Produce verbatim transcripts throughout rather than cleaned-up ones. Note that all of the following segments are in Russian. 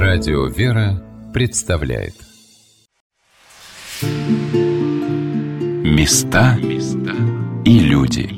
Радио «Вера» представляет Места и люди.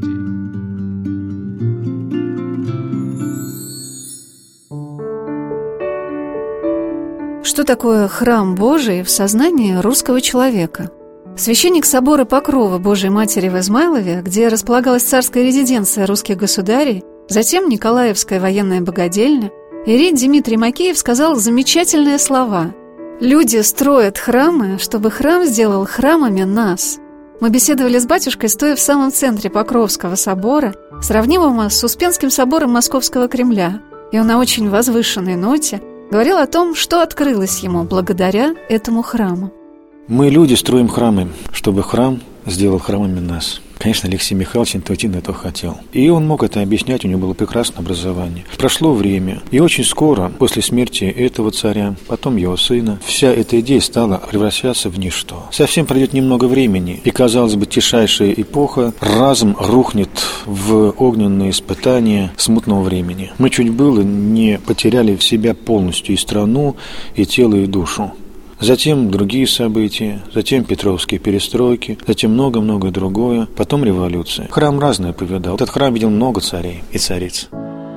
Что такое храм Божий в сознании русского человека? Священник собора Покрова Божией Матери в Измайлове, где располагалась царская резиденция русских государей, затем Николаевская военная богадельня, иерей Дмитрий Макеев сказал замечательные слова: «Люди строят храмы, чтобы храм сделал храмами нас». Мы беседовали с батюшкой, стоя в самом центре Покровского собора, сравнимого с Успенским собором Московского Кремля, и он на очень возвышенной ноте говорил о том, что открылось ему благодаря этому храму. Мы, люди, строим храмы, чтобы храм сделал храмами нас. Конечно, Алексей Михайлович интуитивно это хотел. И он мог это объяснять, у него было прекрасное образование. Прошло время, и очень скоро, после смерти этого царя, потом его сына, вся эта идея стала превращаться в ничто. Совсем пройдет немного времени, и, казалось бы, тишайшая эпоха разом рухнет в огненные испытания смутного времени. Мы чуть было не потеряли в себя полностью и страну, и тело, и душу. Затем другие события, затем Петровские перестройки, затем много-много другое, потом революция. Храм разное повидал. Этот храм видел много царей и цариц.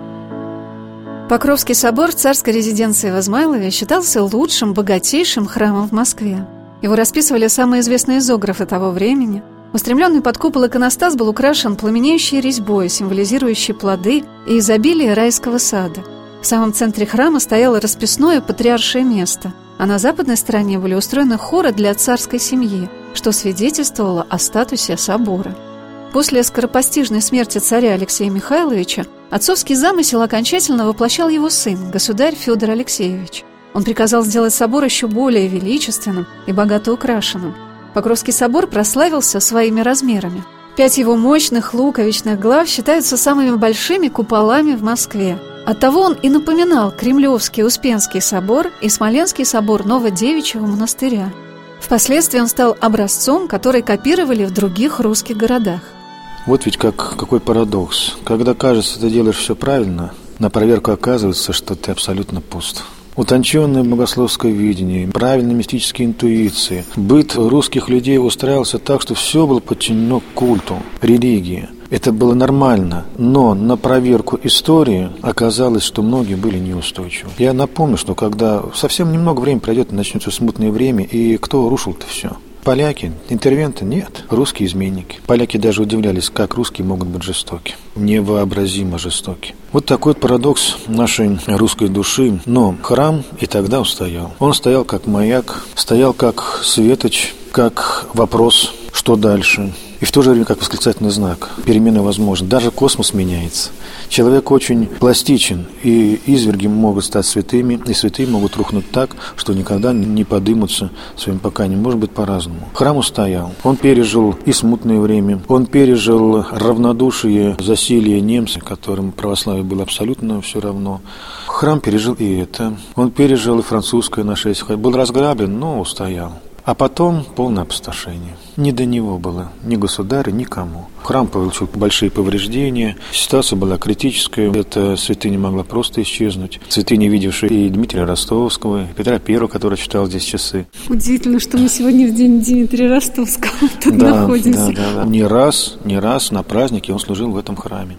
Покровский собор царской резиденции в Измайлове считался лучшим, богатейшим храмом в Москве. Его расписывали самые известные изографы того времени. Устремленный под купол иконостас был украшен пламенеющей резьбой, символизирующей плоды и изобилие райского сада. В самом центре храма стояло расписное патриаршее место, а на западной стороне были устроены хоры для царской семьи, что свидетельствовало о статусе собора. После скоропостижной смерти царя Алексея Михайловича отцовский замысел окончательно воплощал его сын, государь Федор Алексеевич. Он приказал сделать собор еще более величественным и богато украшенным. Покровский собор прославился своими размерами. Пять его мощных луковичных глав считаются самыми большими куполами в Москве. Оттого он и напоминал Кремлевский Успенский собор и Смоленский собор Новодевичьего монастыря. Впоследствии он стал образцом, который копировали в других русских городах. Вот ведь как, какой парадокс. Когда кажется, ты делаешь все правильно, на проверку оказывается, что ты абсолютно пуст. Утонченное богословское видение, правильные мистические интуиции. Быт русских людей устраивался так, что все было подчинено культу, религии. Это было нормально, но на проверку истории оказалось, что многие были неустойчивы. Я напомню, что когда совсем немного времени пройдет, начнется смутное время, и кто рушил-то все? Поляки, интервенты? Нет, русские изменники. Поляки даже удивлялись, как русские могут быть жестоки. Невообразимо жестоки. Вот такой вот парадокс нашей русской души. Но храм и тогда устоял. Он стоял как маяк, стоял как светоч, как вопрос, что дальше. И в то же время как восклицательный знак. Перемены возможны. Даже космос меняется. Человек очень пластичен, и изверги могут стать святыми, и святые могут рухнуть так, что никогда не подымутся своим покаянием. Может быть, по-разному. Храм устоял. Он пережил и смутное время. Он пережил равнодушие, засилье немцев, которым православие было абсолютно все равно. Храм пережил и это. Он пережил и французское нашествие. Был разграблен, но устоял. А потом полное опустошение. Не до него было, ни государя, никому. Храм получил большие повреждения, ситуация была критическая, эта святыня могла просто исчезнуть. Святыня, видевшая и Дмитрия Ростовского, и Петра Первого, который читал здесь часы. Удивительно, что мы сегодня в день Дмитрия Ростовского тут да, находимся. Да, да, да. Не раз, не раз на празднике он служил в этом храме.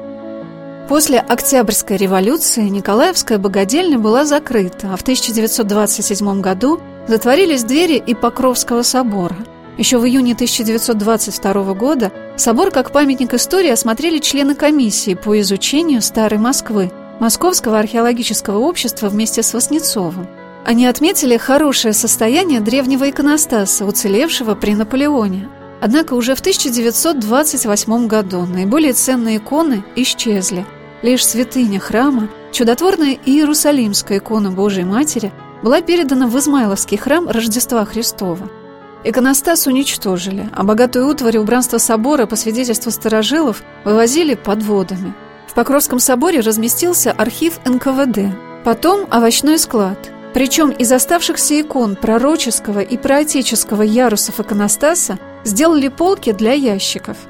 После Октябрьской революции Николаевская богадельня была закрыта, а в тысяча девятьсот двадцать седьмом году затворились двери и Покровского собора. Еще в июне тысяча девятьсот двадцать второго года собор как памятник истории осмотрели члены комиссии по изучению Старой Москвы Московского археологического общества вместе с Васнецовым. Они отметили хорошее состояние древнего иконостаса, уцелевшего при Наполеоне. Однако уже в тысяча девятьсот двадцать восьмом году наиболее ценные иконы исчезли. Лишь святыня храма, чудотворная Иерусалимская икона Божией Матери, была передана в Измайловский храм Рождества Христова. Иконостас уничтожили, а богатую утварь и убранство собора, по свидетельству старожилов, вывозили подводами. В Покровском соборе разместился архив эн ка вэ дэ, потом овощной склад. Причем из оставшихся икон пророческого и праотеческого ярусов иконостаса сделали полки для ящиков.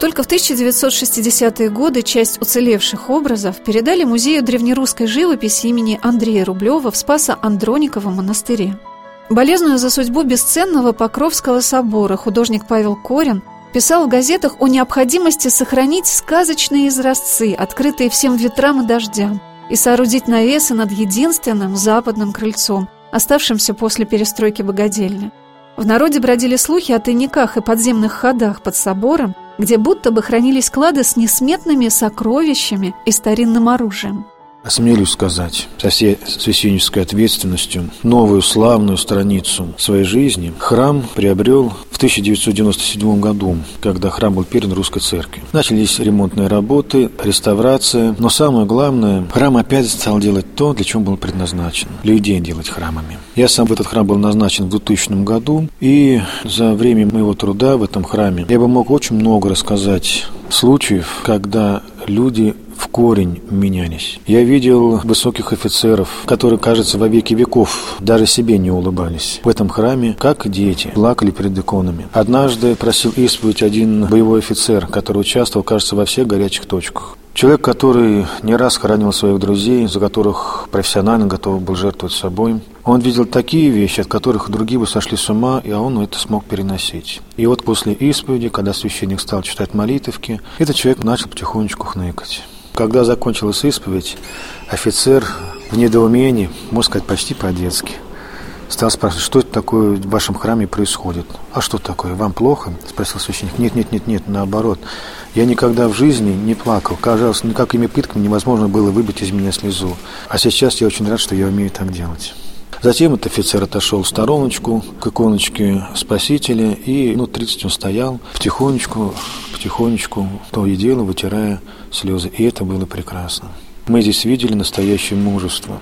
Только в тысяча девятьсот шестидесятые годы часть уцелевших образов передали Музею древнерусской живописи имени Андрея Рублева в Спасо-Андрониковом монастыре. Болезнуя за судьбу бесценного Покровского собора, художник Павел Корин писал в газетах о необходимости сохранить сказочные изразцы, открытые всем ветрам и дождям, и соорудить навесы над единственным западным крыльцом, оставшимся после перестройки богадельни. В народе бродили слухи о тайниках и подземных ходах под собором, где будто бы хранились клады с несметными сокровищами и старинным оружием. Осмелюсь сказать со всей священнической ответственностью, новую славную страницу своей жизни храм приобрел в тысяча девятьсот девяносто седьмом году, когда храм был передан Русской Церкви. Начались ремонтные работы, реставрация, но самое главное, храм опять стал делать то, для чего был предназначен – людей делать храмами. Я сам в этот храм был назначен в двухтысячном году, и за время моего труда в этом храме я бы мог очень много рассказать случаев, когда люди в корень менялись. Я видел высоких офицеров, которые, кажется, во веки веков даже себе не улыбались. В этом храме, как дети, плакали перед иконами. Однажды просил исповедь один боевой офицер, который участвовал, кажется, во всех горячих точках. Человек, который не раз хоронил своих друзей, за которых профессионально готов был жертвовать собой. Он видел такие вещи, от которых другие бы сошли с ума, и он это смог переносить. И вот после исповеди, когда священник стал читать молитвки, этот человек начал потихонечку хныкать. Когда закончилась исповедь, офицер в недоумении, можно сказать, почти по-детски, стал спрашивать, что это такое в вашем храме происходит. А что такое, вам плохо? Спросил священник. Нет, нет, нет, нет, наоборот. Я никогда в жизни не плакал. Казалось, никакими пытками невозможно было выбить из меня слезу. А сейчас я очень рад, что я умею так делать. Затем этот офицер отошел в стороночку к иконочке Спасителя, и минут тридцать он стоял потихонечку, потихонечку, то и дело вытирая слезы. И это было прекрасно. Мы здесь видели настоящее мужество.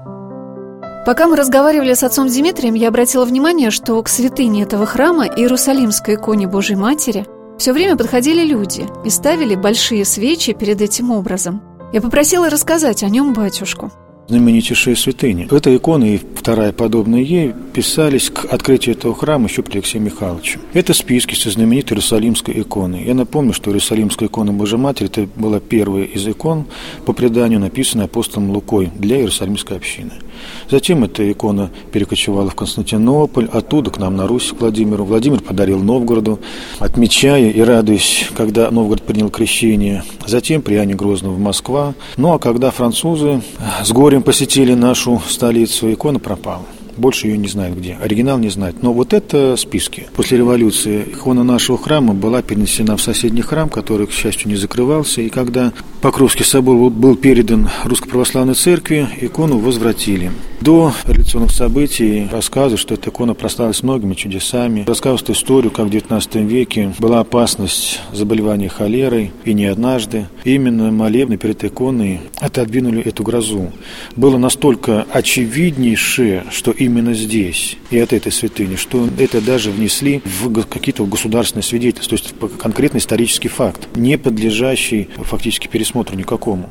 Пока мы разговаривали с отцом Дмитрием, я обратила внимание, что к святыне этого храма, Иерусалимской иконе Божьей Матери, все время подходили люди и ставили большие свечи перед этим образом. Я попросила рассказать о нем батюшку. Знаменитейшая святыня. Эта икона и вторая подобная ей писались к открытию этого храма еще при Алексее Михайловиче. Это списки со знаменитой Иерусалимской иконой. Я напомню, что Иерусалимская икона Божьей Матери – это была первая из икон, по преданию написанная апостолом Лукой для Иерусалимской общины. Затем эта икона перекочевала в Константинополь, оттуда к нам на Русь, к Владимиру. Владимир подарил Новгороду, отмечая и радуясь, когда Новгород принял крещение. Затем при Иоанне Грозном в Москва. Ну а когда французы с горем посетили нашу столицу, икона пропала. Больше ее не знают где. Оригинал не знают. Но вот это списки. После революции икона нашего храма была перенесена в соседний храм, который, к счастью, не закрывался. И когда Покровский собор был передан Русской Православной Церкви, икону возвратили. До революционных событий рассказывают, что эта икона прославилась многими чудесами. Рассказывают историю, как в девятнадцатом веке была опасность заболевания холерой, и не однажды. Именно молебны перед иконой отодвинули эту грозу. Было настолько очевиднейшее, что именно здесь и от этой святыни, что это даже внесли в какие-то государственные свидетельства, то есть конкретный исторический факт, не подлежащий фактически пересмотру никакому.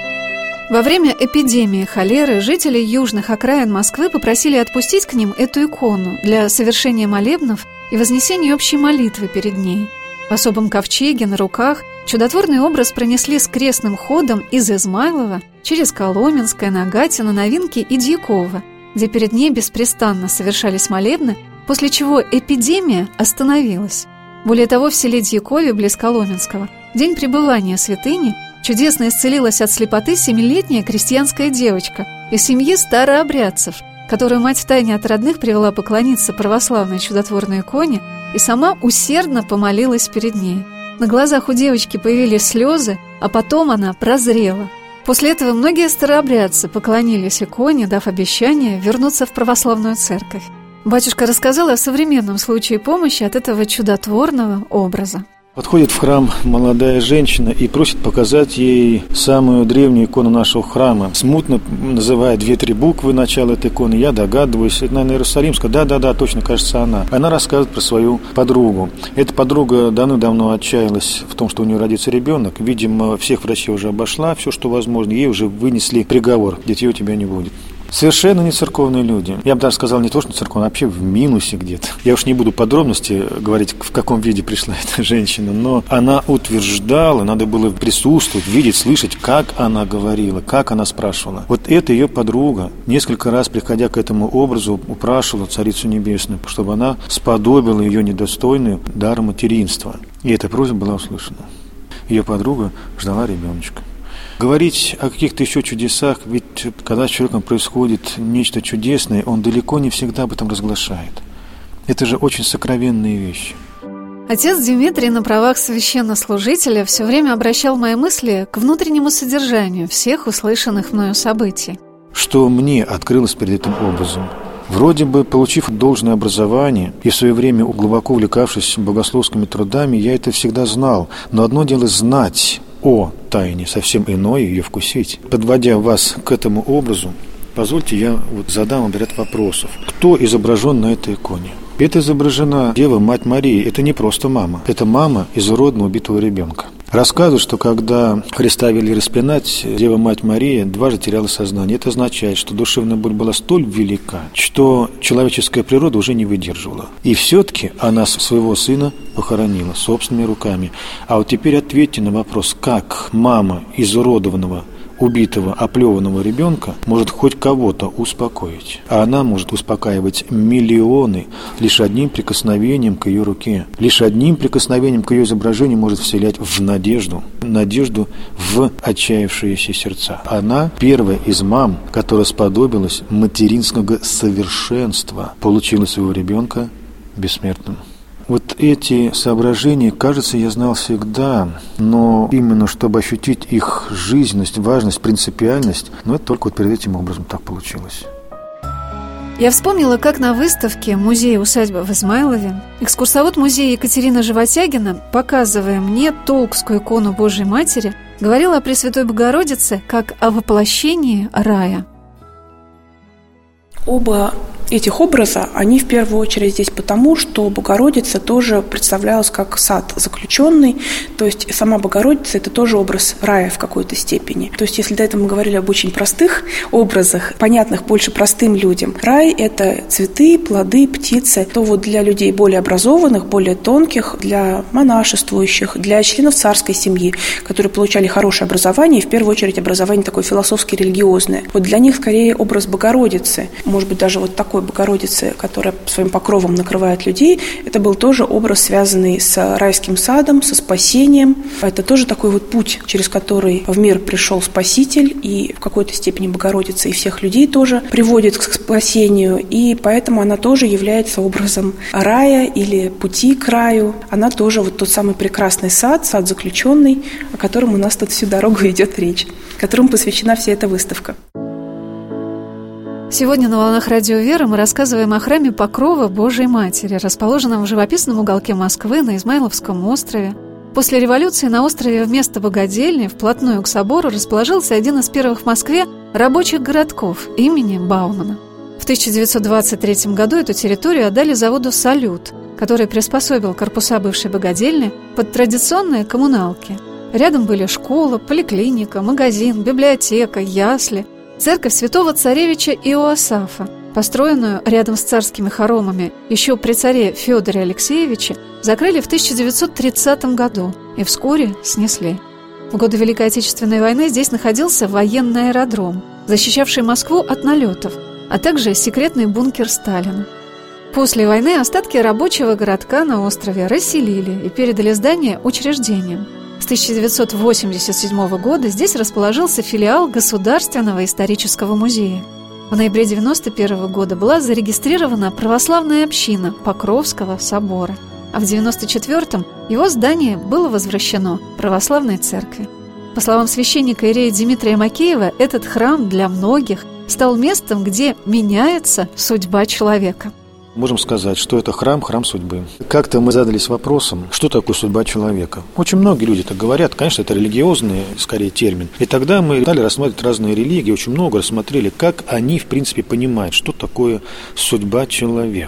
Во время эпидемии холеры жители южных окраин Москвы попросили отпустить к ним эту икону для совершения молебнов и вознесения общей молитвы перед ней. В особом ковчеге на руках чудотворный образ пронесли с крестным ходом из Измайлова через Коломенское, Нагатино, Новинки и Дьяково, где перед ней беспрестанно совершались молебны, после чего эпидемия остановилась. Более того, в селе Дьякове, близ Коломенского, в день пребывания святыни чудесно исцелилась от слепоты семилетняя крестьянская девочка из семьи старообрядцев, которую мать втайне от родных привела поклониться православной чудотворной иконе и сама усердно помолилась перед ней. На глазах у девочки появились слезы, а потом она прозрела. После этого многие старообрядцы поклонились иконе, дав обещание вернуться в православную церковь. Батюшка рассказал о современном случае помощи от этого чудотворного образа. Подходит в храм молодая женщина и просит показать ей самую древнюю икону нашего храма. Смутно называя две-три буквы начала этой иконы, я догадываюсь, это, наверное, Иерусалимская. Да-да-да, точно, кажется, она. Она рассказывает про свою подругу. Эта подруга давно-давно отчаялась в том, что у нее родится ребенок. Видимо, всех врачей уже обошла, все, что возможно. Ей уже вынесли приговор: детей у тебя не будет. Совершенно не церковные люди. Я бы даже сказал не то, что не церковные, а вообще в минусе где-то. Я уж не буду подробности говорить, в каком виде пришла эта женщина, но она утверждала, надо было присутствовать, видеть, слышать, как она говорила, как она спрашивала. Вот эта ее подруга, несколько раз приходя к этому образу, упрашивала Царицу Небесную, чтобы она сподобила ее недостойную дара материнства. И эта просьба была услышана. Ее подруга ждала ребеночка. Говорить о каких-то еще чудесах, ведь когда с человеком происходит нечто чудесное, он далеко не всегда об этом разглашает. Это же очень сокровенные вещи. Отец Дмитрий на правах священнослужителя все время обращал мои мысли к внутреннему содержанию всех услышанных мною событий. Что мне открылось перед этим образом? Вроде бы, получив должное образование и в свое время глубоко увлекавшись богословскими трудами, я это всегда знал. Но одно дело знать о тайне, совсем иное ее вкусить. Подводя вас к этому образу, позвольте я вот задам вам ряд вопросов. Кто изображен на этой иконе? Это изображена Дева, Мать Марии. Это не просто мама. Это мама изуродно убитого ребенка. Рассказывают, что когда Христа вели распинать, Дева Мать Мария дважды теряла сознание. Это означает, что душевная боль была столь велика, что человеческая природа уже не выдерживала. И все-таки она своего сына похоронила собственными руками. А вот теперь ответьте на вопрос, как мама изуродованного, убитого, оплеванного ребенка может хоть кого-то успокоить. А она может успокаивать миллионы лишь одним прикосновением к ее руке. Лишь одним прикосновением к ее изображению может вселять в надежду, надежду в отчаявшиеся сердца. Она первая из мам, которая сподобилась материнского совершенства, получила своего ребенка бессмертным. Вот эти соображения, кажется, я знал всегда, но именно чтобы ощутить их жизненность, важность, принципиальность, но это только вот перед этим образом так получилось. Я вспомнила, как на выставке музея-усадьба в Измайлове экскурсовод музея Екатерина Животягина, показывая мне толкскую икону Божьей Матери, говорила о Пресвятой Богородице как о воплощении рая. Оба этих образа, они в первую очередь здесь потому, что Богородица тоже представлялась как сад заключенный, то есть сама Богородица – это тоже образ рая в какой-то степени. То есть если до этого мы говорили об очень простых образах, понятных больше простым людям, рай – это цветы, плоды, птицы, то вот для людей более образованных, более тонких, для монашествующих, для членов царской семьи, которые получали хорошее образование, и в первую очередь образование такое философски-религиозное, вот для них скорее образ Богородицы, может быть, даже вот такой Богородицы, которая своим покровом накрывает людей, это был тоже образ, связанный с райским садом, со спасением. Это тоже такой вот путь, через который в мир пришел Спаситель, и в какой-то степени Богородица и всех людей тоже приводит к спасению, и поэтому она тоже является образом рая или пути к раю. Она тоже вот тот самый прекрасный сад, сад заключенный, о котором у нас тут всю дорогу идет речь, которому посвящена вся эта выставка. Сегодня на «Волнах Радио Вера» мы рассказываем о храме Покрова Божией Матери, расположенном в живописном уголке Москвы на Измайловском острове. После революции на острове вместо богадельни вплотную к собору расположился один из первых в Москве рабочих городков имени Баумана. В тысяча девятьсот двадцать третьем году эту территорию отдали заводу «Салют», который приспособил корпуса бывшей богадельни под традиционные коммуналки. Рядом были школа, поликлиника, магазин, библиотека, ясли, церковь святого царевича Иоасафа, построенную рядом с царскими хоромами еще при царе Федоре Алексеевиче, закрыли в тысяча девятьсот тридцатом году и вскоре снесли. В годы Великой Отечественной войны здесь находился военный аэродром, защищавший Москву от налетов, а также секретный бункер Сталина. После войны остатки рабочего городка на острове расселили и передали здание учреждениям. С тысяча девятьсот восемьдесят седьмого года здесь расположился филиал Государственного исторического музея. В ноябре девяносто первого года была зарегистрирована православная община Покровского собора, а в девяносто четвёртом его здание было возвращено православной церкви. По словам священника иерея Дмитрия Макеева, этот храм для многих стал местом, где меняется судьба человека. Можем сказать, что это храм, храм судьбы. Как-то мы задались вопросом, что такое судьба человека. Очень многие люди так говорят, конечно, это религиозный, скорее, термин. И тогда мы стали рассматривать разные религии, очень много рассмотрели, как они, в принципе, понимают, что такое судьба человека.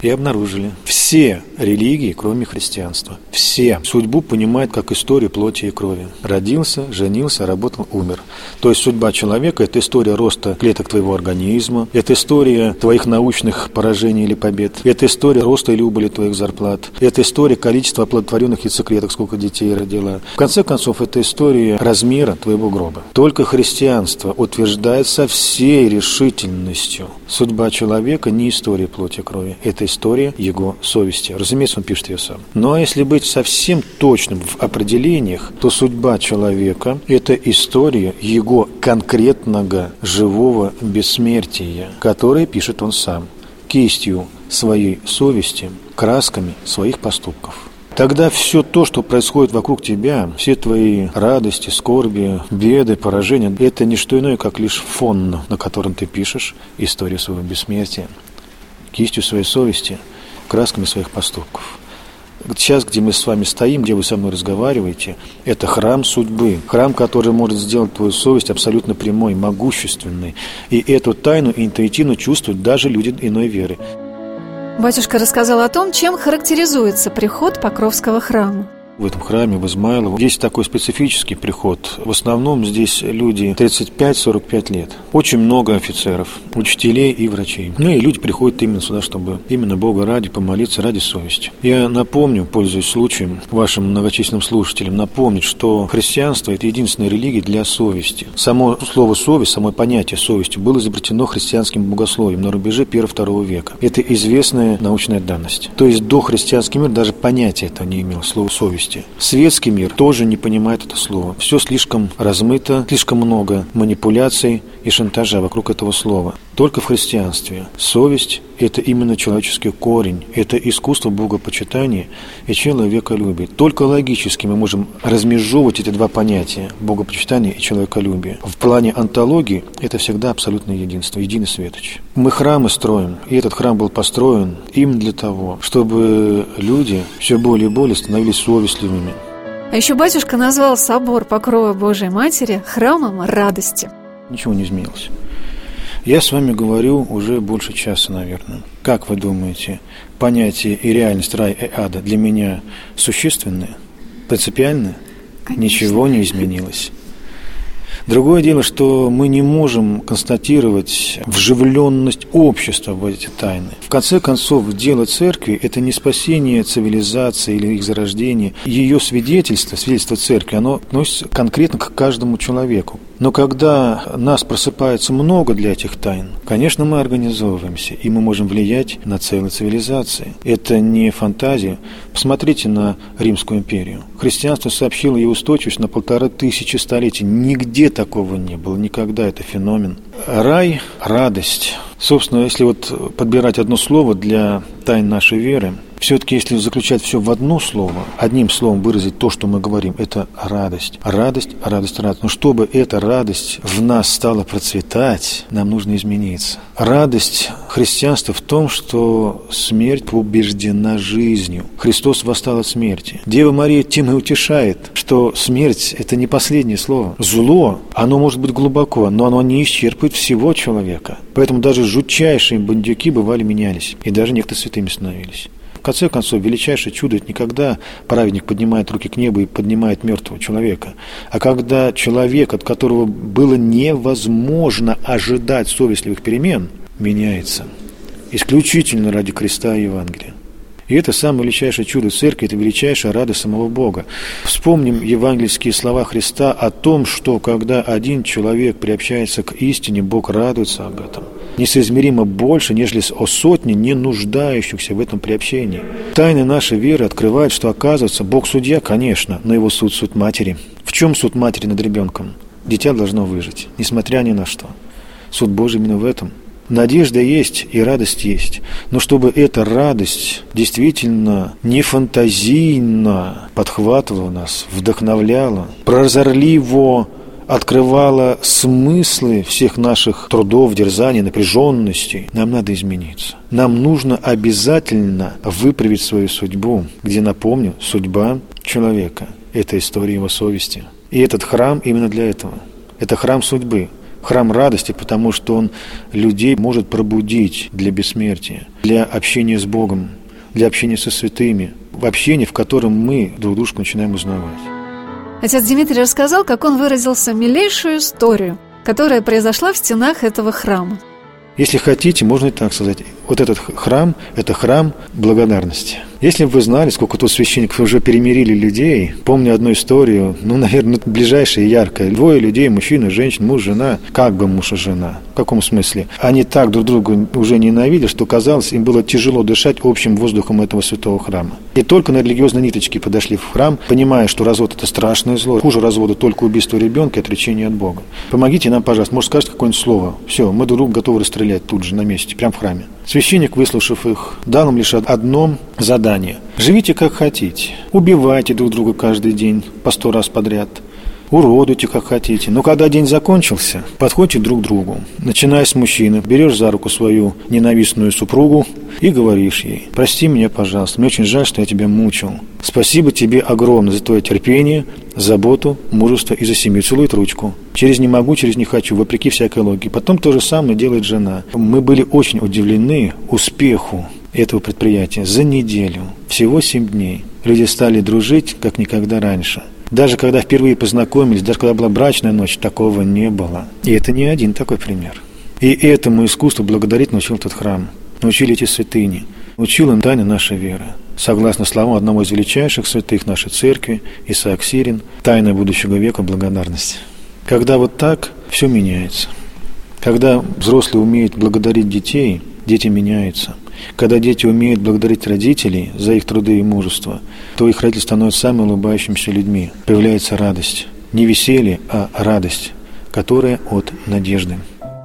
и обнаружили, все религии, кроме христианства, все судьбу понимают как историю плоти и крови. Родился, женился, работал, умер. То есть судьба человека – это история роста клеток твоего организма, это история твоих научных поражений или побед, это история роста или убыли твоих зарплат, это история количества оплодотворенных яйцеклеток, сколько детей родила. В конце концов, это история размера твоего гроба. Только христианство утверждает со всей решительностью: судьба человека не история плоти и крови, это история его совести. Разумеется, он пишет ее сам. Но если быть совсем точным в определениях, то судьба человека – это история его конкретного живого бессмертия, которое пишет он сам, кистью своей совести, красками своих поступков. Тогда все то, что происходит вокруг тебя, все твои радости, скорби, беды, поражения – это не что иное, как лишь фон, на котором ты пишешь историю своего бессмертия, кистью своей совести, красками своих поступков. Сейчас, где мы с вами стоим, где вы со мной разговариваете, это храм судьбы, храм, который может сделать твою совесть абсолютно прямой, могущественной. И эту тайну интуитивно чувствуют даже люди иной веры. Батюшка рассказал о том, чем характеризуется приход Покровского храма. В этом храме, в Измайлово, есть такой специфический приход. В основном здесь люди тридцать пять - сорок пять лет. Очень много офицеров, учителей и врачей. Ну и люди приходят именно сюда, чтобы именно Бога ради помолиться, ради совести. Я напомню, пользуясь случаем, вашим многочисленным слушателям, напомнить, что христианство – это единственная религия для совести. Само слово «совесть», само понятие совести было изобретено христианским богословием на рубеже первого-второго века. Это известная научная данность. То есть до христианский мир даже понятия этого не имел, слово «совесть». Светский мир тоже не понимает это слово. Все слишком размыто, слишком много манипуляций и шантажа вокруг этого слова. Только в христианстве совесть – это именно человеческий корень, это искусство богопочитания и человеколюбия. Только логически мы можем размежевывать эти два понятия – богопочитание и человеколюбие. В плане онтологии это всегда абсолютное единство, единый светоч. Мы храмы строим, и этот храм был построен именно для того, чтобы люди все более и более становились совестливыми. А еще батюшка назвал собор Покрова Божией Матери храмом радости. Ничего не изменилось. Я с вами говорю уже больше часа, наверное. Как вы думаете, понятие и реальность рая и ада для меня существенны, принципиальны? Конечно. Ничего не изменилось. Другое дело, что мы не можем констатировать вживленность общества в эти тайны. В конце концов, дело церкви – это не спасение цивилизации или их зарождение. Ее свидетельство, свидетельство церкви, оно относится конкретно к каждому человеку. Но когда нас просыпается много для этих тайн, конечно, мы организовываемся, и мы можем влиять на целые цивилизации. Это не фантазия. Посмотрите на Римскую империю. Христианство сообщило ее устойчивость на полторы тысячи столетий. Нигде такого не было, никогда. Это феномен. Рай – радость. Собственно, если вот подбирать одно слово для тайн нашей веры, все-таки, если заключать все в одно слово, одним словом выразить то, что мы говорим, это радость. Радость, радость, радость. Но чтобы эта радость в нас стала процветать, нам нужно измениться. Радость христианства в том, что смерть побеждена жизнью. Христос восстал от смерти. Дева Мария тем и утешает, что смерть – это не последнее слово. Зло, оно может быть глубоко, но оно не исчерпывает всего человека. Поэтому даже жутчайшие бандюки бывали менялись, и даже некоторые святыми становились. В конце концов, величайшее чудо – это не когда праведник поднимает руки к небу и поднимает мертвого человека, а когда человек, от которого было невозможно ожидать совестливых перемен, меняется. Исключительно ради креста и Евангелия. И это самое величайшее чудо церкви, это величайшая радость самого Бога. Вспомним евангельские слова Христа о том, что когда один человек приобщается к истине, Бог радуется об этом. Несоизмеримо больше, нежели о сотне не нуждающихся в этом приобщении. Тайны нашей веры открывают, что, оказывается, Бог судья, конечно, но его суд – суд матери. В чем суд матери над ребенком? Дитя должно выжить, несмотря ни на что. Суд Божий именно в этом. Надежда есть и радость есть. Но чтобы эта радость действительно не фантазийно подхватывала нас, вдохновляла, прозорливо открывала смыслы всех наших трудов, дерзаний, напряженностей, нам надо измениться. Нам нужно обязательно выправить свою судьбу, где, напомню, судьба человека – это история его совести. И этот храм именно для этого. Это храм судьбы. Храм радости, потому что он людей может пробудить для бессмертия, для общения с Богом, для общения со святыми, в общении, в котором мы друг дружку начинаем узнавать. Отец Дмитрий рассказал, как он выразился милейшую историю, которая произошла в стенах этого храма. Если хотите, можно и так сказать. Вот этот храм – это храм благодарности. Если бы вы знали, сколько тут священников уже перемирили людей, помню одну историю, ну, наверное, ближайшая и яркая. Двое людей, мужчина, женщина, муж, жена, как бы муж и жена. В каком смысле? Они так друг друга уже ненавидели, что, казалось, им было тяжело дышать общим воздухом этого святого храма. И только на религиозной ниточке подошли в храм, понимая, что развод – это страшное зло. Хуже развода только убийство ребенка и отречение от Бога. Помогите нам, пожалуйста, может, скажете какое-нибудь слово. Все, мы друг друга готовы расстрелять тут же на месте, прямо в храме. Священник, выслушав их, дал им лишь одно задание. Живите как хотите. Убивайте друг друга каждый день по сто раз подряд. Уродуйте как хотите. Но когда день закончился, подходите друг к другу. Начиная с мужчины, берешь за руку свою ненавистную супругу и говоришь ей: прости меня, пожалуйста, мне очень жаль, что я тебя мучил. Спасибо тебе огромное за твое терпение, заботу, мужество и за семью. Целует ручку. Через не могу, через не хочу, вопреки всякой логике. Потом то же самое делает жена. Мы были очень удивлены успеху этого предприятия. За неделю, всего семь дней, люди стали дружить, как никогда раньше. Даже когда впервые познакомились, даже когда была брачная ночь, такого не было. И это не один такой пример. И этому искусству благодарить научил этот храм. Научили эти святыни. Научил им тайны нашей веры. Согласно словам одного из величайших святых нашей церкви, Исаак Сирин, тайна будущего века – благодарность. Когда вот так, все меняется. Когда взрослые умеют благодарить детей, дети меняются. Когда дети умеют благодарить родителей за их труды и мужество, то их родители становятся самыми улыбающимися людьми. Появляется радость. Не веселье, а радость, которая от надежды.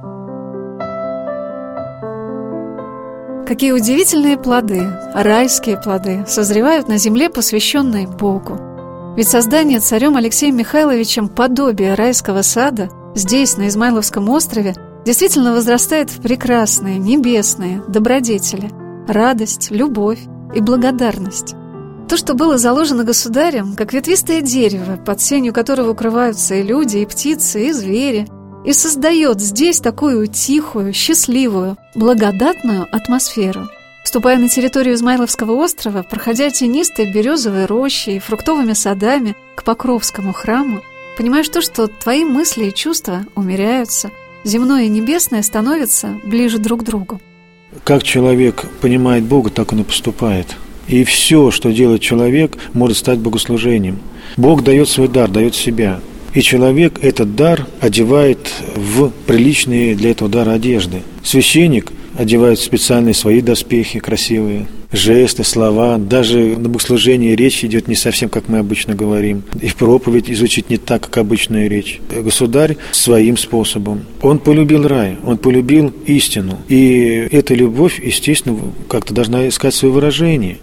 Какие удивительные плоды, райские плоды, созревают на земле, посвященной Богу. Ведь создание царем Алексеем Михайловичем подобия райского сада здесь, на Измайловском острове, действительно возрастает в прекрасные, небесные добродетели, радость, любовь и благодарность. То, что было заложено государем, как ветвистое дерево, под сенью которого укрываются и люди, и птицы, и звери, и создает здесь такую тихую, счастливую, благодатную атмосферу. Вступая на территорию Измайловского острова, проходя тенистой березовой рощей и фруктовыми садами к Покровскому храму, понимаешь то, что твои мысли и чувства умеряются, земное и небесное становятся ближе друг к другу. Как человек понимает Бога, так он и поступает. И все, что делает человек, может стать богослужением. Бог дает свой дар, дает себя. И человек этот дар одевает в приличные для этого дара одежды. Священник одевает специальные свои доспехи красивые, жесты, слова. Даже на богослужении речь идет не совсем, как мы обычно говорим. И проповедь изучить не так, как обычная речь. Государь своим способом. Он полюбил рай, он полюбил истину. И эта любовь, естественно, как-то должна искать свое выражение.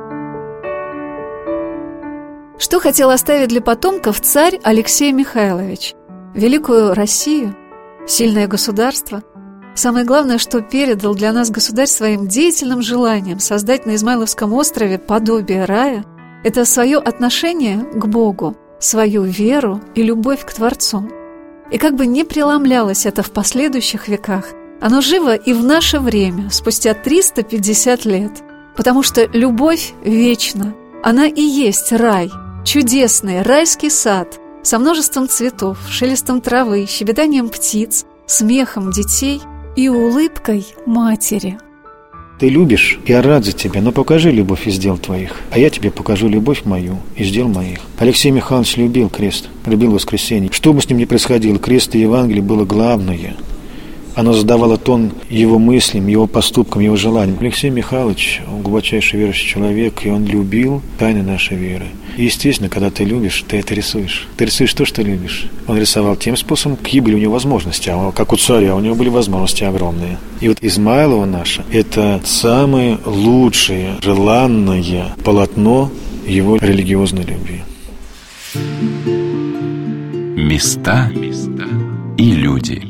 Что хотел оставить для потомков царь Алексей Михайлович? Великую Россию? Сильное государство? Самое главное, что передал для нас государь своим деятельным желанием создать на Измайловском острове подобие рая, это свое отношение к Богу, свою веру и любовь к Творцу. И как бы ни преломлялось это в последующих веках, оно живо и в наше время, спустя триста пятьдесят лет, потому что любовь вечна, она и есть рай, чудесный райский сад со множеством цветов, шелестом травы, щебетанием птиц, смехом детей и улыбкой матери. Ты любишь, я рад за тебя, но покажи любовь из дел твоих, а я тебе покажу любовь мою из дел моих. Алексей Михайлович любил крест, любил воскресенье. Что бы с ним ни происходило, крест и Евангелие было главное. Оно задавало тон его мыслям, его поступкам, его желаниям. Алексей Михайлович, он глубочайший верующий человек, и он любил тайны нашей веры. И, естественно, когда ты любишь, ты это рисуешь. Ты рисуешь то, что любишь. Он рисовал тем способом, какие были у него возможности. А как у царя, у него были возможности огромные. И вот Измайлово наше – это самое лучшее, желанное полотно его религиозной любви. Места и люди.